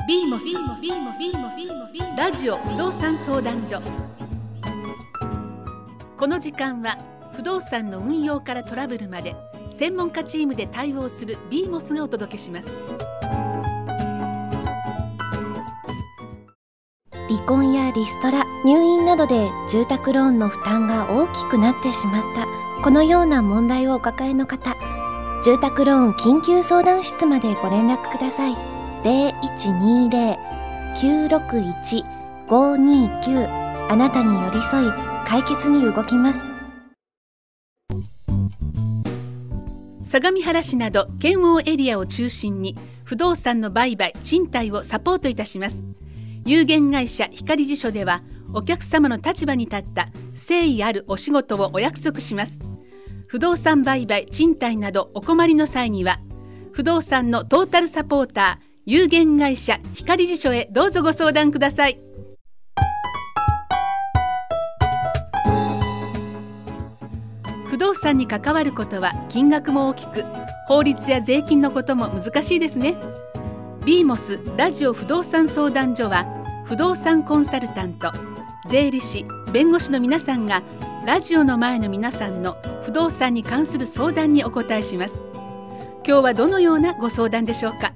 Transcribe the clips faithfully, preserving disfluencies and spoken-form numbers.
ビーモスラジオ不動産相談所。この時間は不動産の運用からトラブルまで専門家チームで対応するビーモスがお届けします。 離婚やリストラ、入院などで住宅ローンの負担が大きくなってしまったこのような問題をお抱えの方、住宅ローン緊急相談室までご連絡ください。ゼロいちにゼロ きゅうろくいち ごにきゅう、あなたに寄り添い解決に動きます。 相模原市など県央エリアを中心に不動産の売買・賃貸をサポートいたします。有限会社光地所ではお客様の立場に立った誠意あるお仕事をお約束します。不動産売買・賃貸などお困りの際には不動産のトータルサポーター有限会社光地所へどうぞご相談ください。不動産に関わることは金額も大きく、法律や税金のことも難しいですね。ビーモスラジオ不動産相談所は不動産コンサルタント、税理士、弁護士の皆さんがラジオの前の皆さんの不動産に関する相談にお答えします。今日はどのようなご相談でしょうか。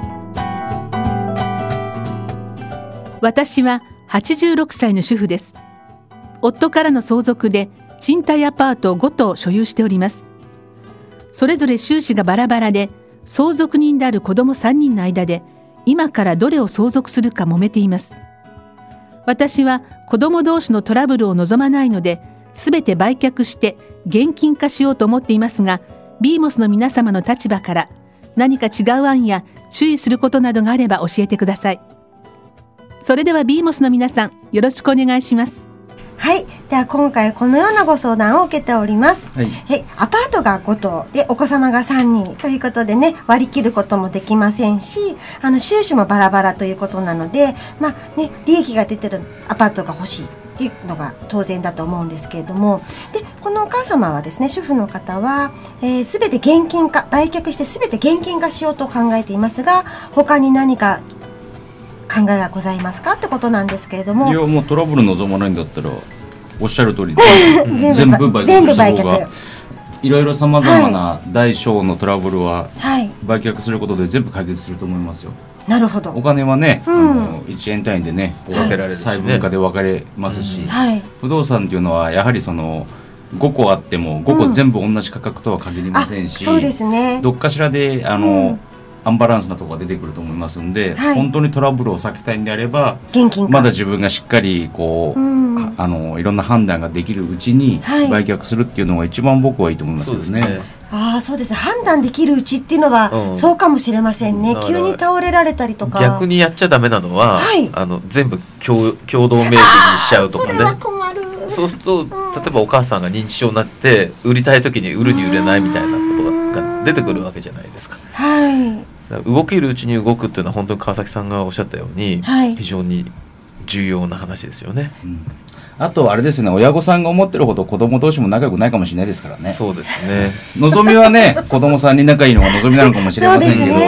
私ははちじゅうろくさいの主婦です。夫からの相続で賃貸アパートをご棟所有しております。それぞれ収支がバラバラで、相続人である子供さんにんの間で今からどれを相続するか揉めています。私は子供同士のトラブルを望まないので、すべて売却して現金化しようと思っていますが、ビーモスの皆様の立場から何か違う案や注意することなどがあれば教えてください。それではビーモスの皆さん、よろしくお願いします。 はい。では今回このようなご相談を受けております。 はい。 え、アパートがご棟でお子様がさんにんということでね、割り切ることもできませんし、あの、収支もバラバラということなので、まあね、利益が出てるアパートが欲しいっていうのが当然だと思うんですけれども、で、このお母様はですね、主婦の方は、えー、すべて現金化、売却してすべて現金化しようと考えていますが、他に何か考えがございますかってことなんですけれども。 いや、もうトラブル望まないんだったらおっしゃる通り全全部売却全部売却、 いろいろさまざまな大小のトラブルははい売却することで全部解決すると思いますよ。 なるほど。 お金はね、 うん、 あのいちえん単位でね、 分けられるしね、 細分化で分かれますし、 うん、はい、 不動産っていうのはやはりそのごこあってもごこ全部同じ価格とは限りませんし、 うん、そうですね、 どっかしらであの、うんアンバランスなところが出てくると思いますんで、はい、本当にトラブルを避けたいんであれば現金化、 まだ自分がしっかりこう、うん、あのいろんな判断ができるうちに売却するっていうのが一番僕はいいと思いますけどね。はい、 ああ、そうですね、判断できるうちっていうのは、うん、そうかもしれませんね。急に倒れられたりとか。 逆にやっちゃダメなのは、はい、あの全部 共, 共同名義にしちゃうとかね。 それは困る。 そうすると、うん、例えばお母さんが認知症になって売りたい時に売るに売れないみたいなことが出てくるわけじゃないですか。 はい。 動けるうちに動くっていうのは本当に川崎さんがおっしゃったように、はい、非常に重要な話ですよね。うん、 あとあれですね、親御さんが思ってるほど子供同士も仲良くないかもしれないですからね。 そうですね。望みはね、子供さんに仲いいのが望みなのかもしれませんけど、ね、はい、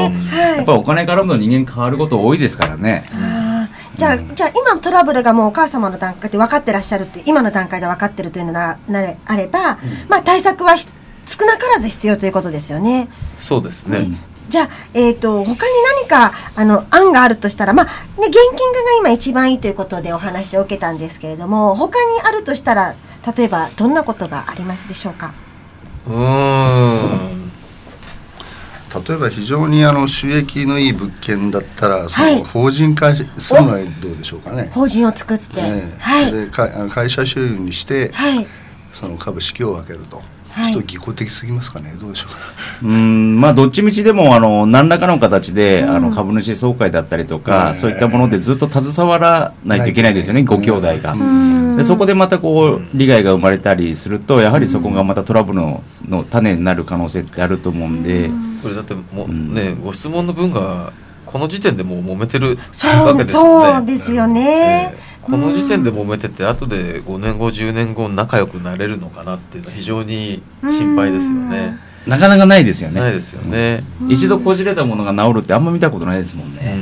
やっぱりお金からの人間変わること多いですからね。 あ、じゃあ、うん、じゃあ今トラブルがもうお母様の段階で分かってらっしゃるって今の段階で分かってるというのがなれあれば、うん、まあ対策は少なからず必要ということですよね。 そうですね。うん、 じゃあ、えーと、他に何かあの案があるとしたら、まあね、現金化が今一番いいということでお話を受けたんですけれども、他にあるとしたら例えばどんなことがありますでしょうか。 うーん例えば非常にあの収益のいい物件だったら、その法人化するのはどうでしょうかね。 法人を作って、 ね、はい、それでか会社収入にして、はい、その株式を分けると。ちょっと技巧的すぎますかね、どうでしょうか。 うーん、まあどっちみちでもあの何らかの形で、うん、あの株主総会だったりとか、うん、そういったものでずっと携わらないといけないですよね、ご兄弟が。うん、でそこでまたこう利害が生まれたりすると、やはりそこがまたトラブルの、の種になる可能性ってあると思うんで、 これだってもうね、ご質問の分がこの時点でもう揉めてるわわけですよね。 そうですよね、 えーこの時点で揉めてて、後でごねんごじゅうねんご仲良くなれるのかなっていうのは非常に心配ですよね。 なかなかないですよね。 ないですよね。 一度こじれたものが治るってあんま見たことないですもんね。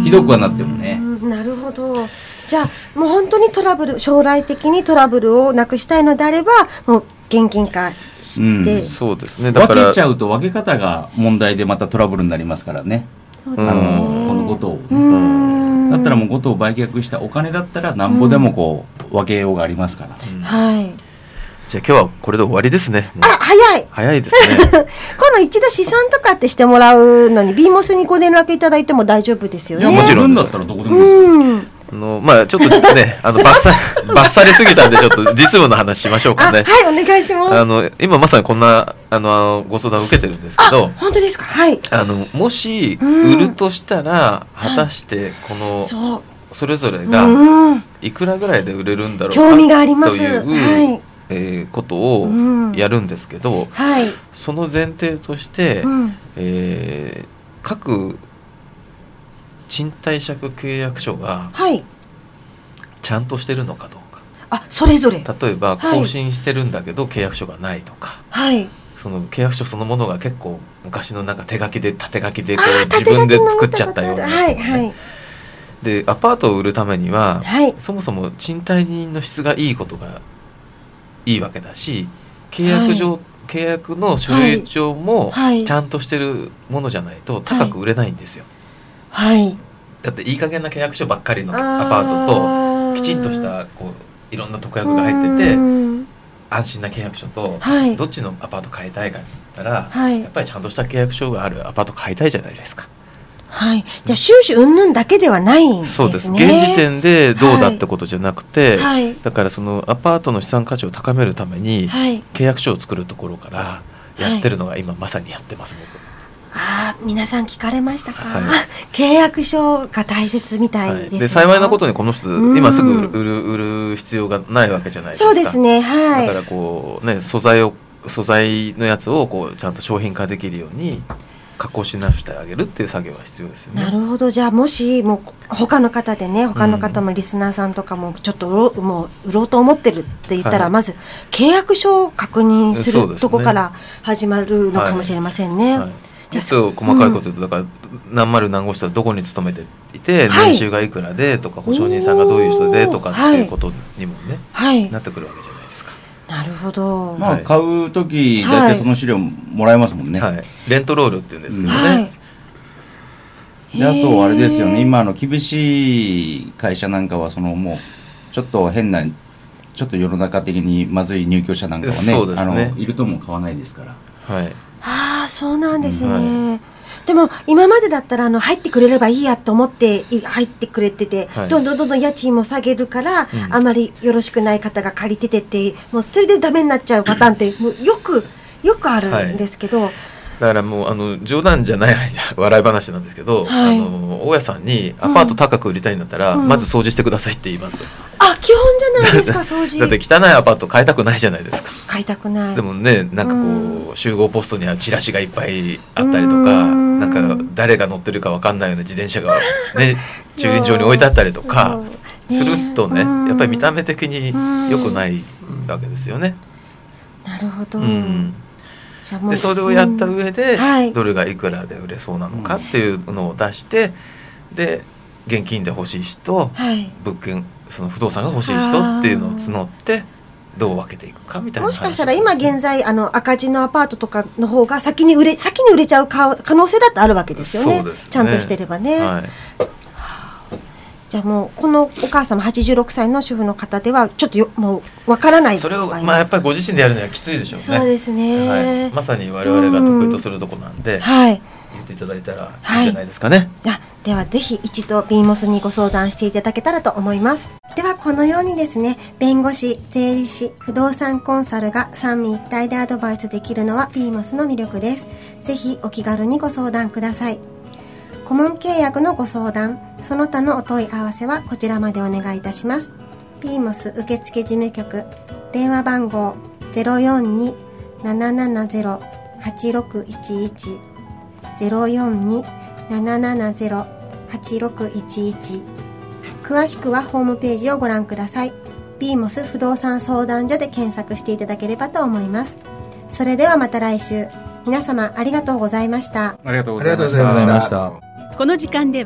ひどくはなってもね。 なるほど。じゃあもう本当にトラブル、将来的にトラブルをなくしたいのであればもう現金化して、 うん、そうですね。だから分けちゃうと分け方が問題でまたトラブルになりますからね。 そうですね、 あのこのごとを、ね、 うんだったらもうごとを売却したお金だったらなんぼでもこう分けようがありますから、 うん、 はい。 じゃあ今日はこれで終わりですね。 あ、早い早いですね。 今度一度試算とかってしてもらうのにビーモスにご連絡いただいても大丈夫ですよね。 いやもちろんだったらどこでもいいですよ、 うん、 あのまあちょっとねあのバッサバッサリすぎたんでちょっと実務の話しましょうかね。 はい、お願いします。 あの今まさにこんなあのご相談を受けてるんですけど、 あ、本当ですか。はい。 あのもしうん売るとしたら、果たしてこのそうそれぞれうがん、 いくらぐらいで売れるんだろうか興味があります。 という、 はい、 えーことをやるんですけど、 はい、 その前提として、 うん、 えー各賃貸借契約書がはい。 ちゃんとしてるのかどうか。 あ、それぞれ。 例えばはい更新してるんだけど契約書がないとか、 はい。 その契約書そのものが結構昔のなんか手書きで縦書きでこあー、 う自分で作っちゃったようなやつはい、 とかね。 はい、 でアパートを売るためには、 はい。 そもそも賃貸人の質がいいことがいいわけだし、契約上、 はい、 契約の書類上もはいちゃんとしてるものじゃないと高く売れないんですよ、 はい。 だっていい加減な契約書ばっかりのアあーパートときちんとしたこういろんな特約が入っててうん安心な契約書と、 はいどっちのアパート買いたいかって言ったら、 はいやっぱりちゃんとした契約書があるアパート買いたいじゃないですか。 はい。じゃあ収支云々だけではないんですね。 そうです。現時点でどうだってことじゃなくて、 はいはいだからそのアパートの資産価値を高めるために、 はい。 契約書を作るところからやってるのが今まさにやってます、 ああ、皆さん聞かれましたか、 はいあ、契約書が大切みた僕。 いですよ、 で幸いなことにこの人うん今すぐ売る売る売る必要がないわけじゃないですか。 そうですね。はい。 だからこうね素材を素材のやつをこうちゃんと商品化できるように加工し直してあげるっていう作業が必要ですよね。 なるほど。じゃあもしもう他の方でね、他の方もリスナーさんとかもちょっと売ろう、もう売ろうと思ってるって言ったら、 はいまず契約書を確認するそうですねとこから始まるのかもしれませんね。 はい、 じゃあ実を細かいこと言うと、だから何丸何号室はどこに勤めていて、 はい年収がいくらでとか保証人さんがどういう人でとかっていうことにもね、 はい。 なってくるわけじゃないですか。 なるほど。 まあ、 はい買う時はい大体その資料もらえますもんね、 はい、レントロールっていうんですけどね、 はい。 であとあれですよね、 へー今あの厳しい会社なんかはそのもうちょっと変なちょっと世の中的にまずい入居者なんかはね、 そうですねあのいるとも買わないですから。 はい、 ああ、そうなんですね。 うんでも今までだったらあの入ってくれればいいやと思ってい入ってくれてて、 はいどんどんどんどん家賃も下げるから、 んあまりよろしくない方が借りててってもうそれでダメになっちゃうパターンってもうよくよくあるんですけど、 だからもうあの冗談じゃない笑い話なんですけど、 はいあの大家さんにアパート高く売りたいんだったら、 うんまず掃除してくださいって言います。 あ、基本じゃないですか掃除。 だって汚いアパート買いたくないじゃないですか。 買いたくない。 でもね、なんかこう、 う集合ポストにはチラシがいっぱいあったりとか、 うんなんか誰が乗ってるかわかんないような自転車がね駐輪場に置いてあったりとかそうするとね、 うんやっぱり見た目的に良くないわけですよね。 なるほど。 うんじゃあもうでそれをやった上で、 うんはいどれがいくらで売れそうなのかっていうのを出して、で現金で欲しい人、 はい。 物件その不動産が欲しい人っていうのを募ってどう分けていくかみたいな話もしかしたら今現在あの赤字のアパートとかの方が先に売れ先に売れちゃうか可能性だってあるわけですよね。 そうですねちゃんとしてればね。 はい、 じゃあもうこのお母様はちじゅうろくさいの主婦の方ではちょっとよもうわからないそれを場合まあやっぱりご自身でやるにはきついでしょうね。 そうですね。 はい、まさに我々が得意とするとこなんで、 はい。 言っていただいたらいいんじゃないですかね。 じゃあではぜひ一度ビーモスにご相談していただけたらと思います。ではこのようにですね、弁護士、税理士、不動産コンサルが三位一体でアドバイスできるのはビーモスの魅力です。ぜひお気軽にご相談ください。顧問契約のご相談、その他のお問い合わせはこちらまでお願いいたします。ビーモス受付事務局、電話番号 ゼロよんに ななななゼロ はちろくいちいち ゼロよんに ななななゼロ はちろくいちいち。詳しくはホームページをご覧ください。ビーモス不動産相談所で検索していただければと思います。それではまた来週。皆様ありがとうございました。 ありがとうごありがとうございました。 ざいました。 この時間では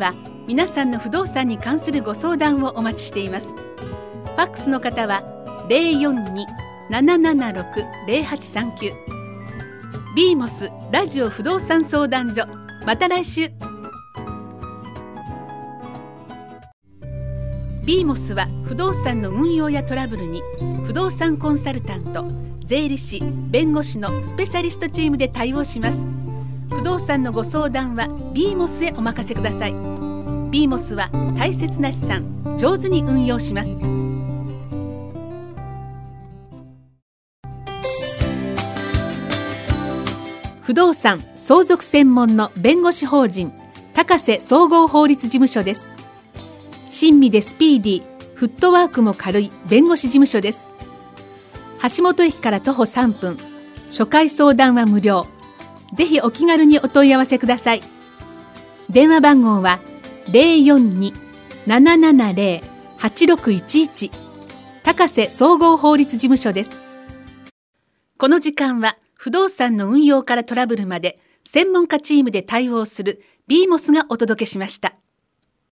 皆さんの不動産に関するご相談をお待ちしています。ファックスの方は ゼロよんに ななななろく ゼロはちさんきゅう ビーモス ラジオ不動産相談所。また来週。ビーモスは不動産の運用やトラブルに不動産コンサルタント、税理士、弁護士のスペシャリストチームで対応します。不動産のご相談はビーモスへお任せください。ビーモスは大切な資産、上手に運用します。不動産相続専門の弁護士法人高瀬総合法律事務所です。親身でスピーディー、フットワークも軽い弁護士事務所です。橋本駅から徒歩さんぷん、初回相談は無料。ぜひお気軽にお問い合わせください。電話番号は ゼロよんに ななななゼロ はちろくいちいち 高瀬総合法律事務所です。この時間は不動産の運用からトラブルまで専門家チームで対応するビーモスがお届けしました。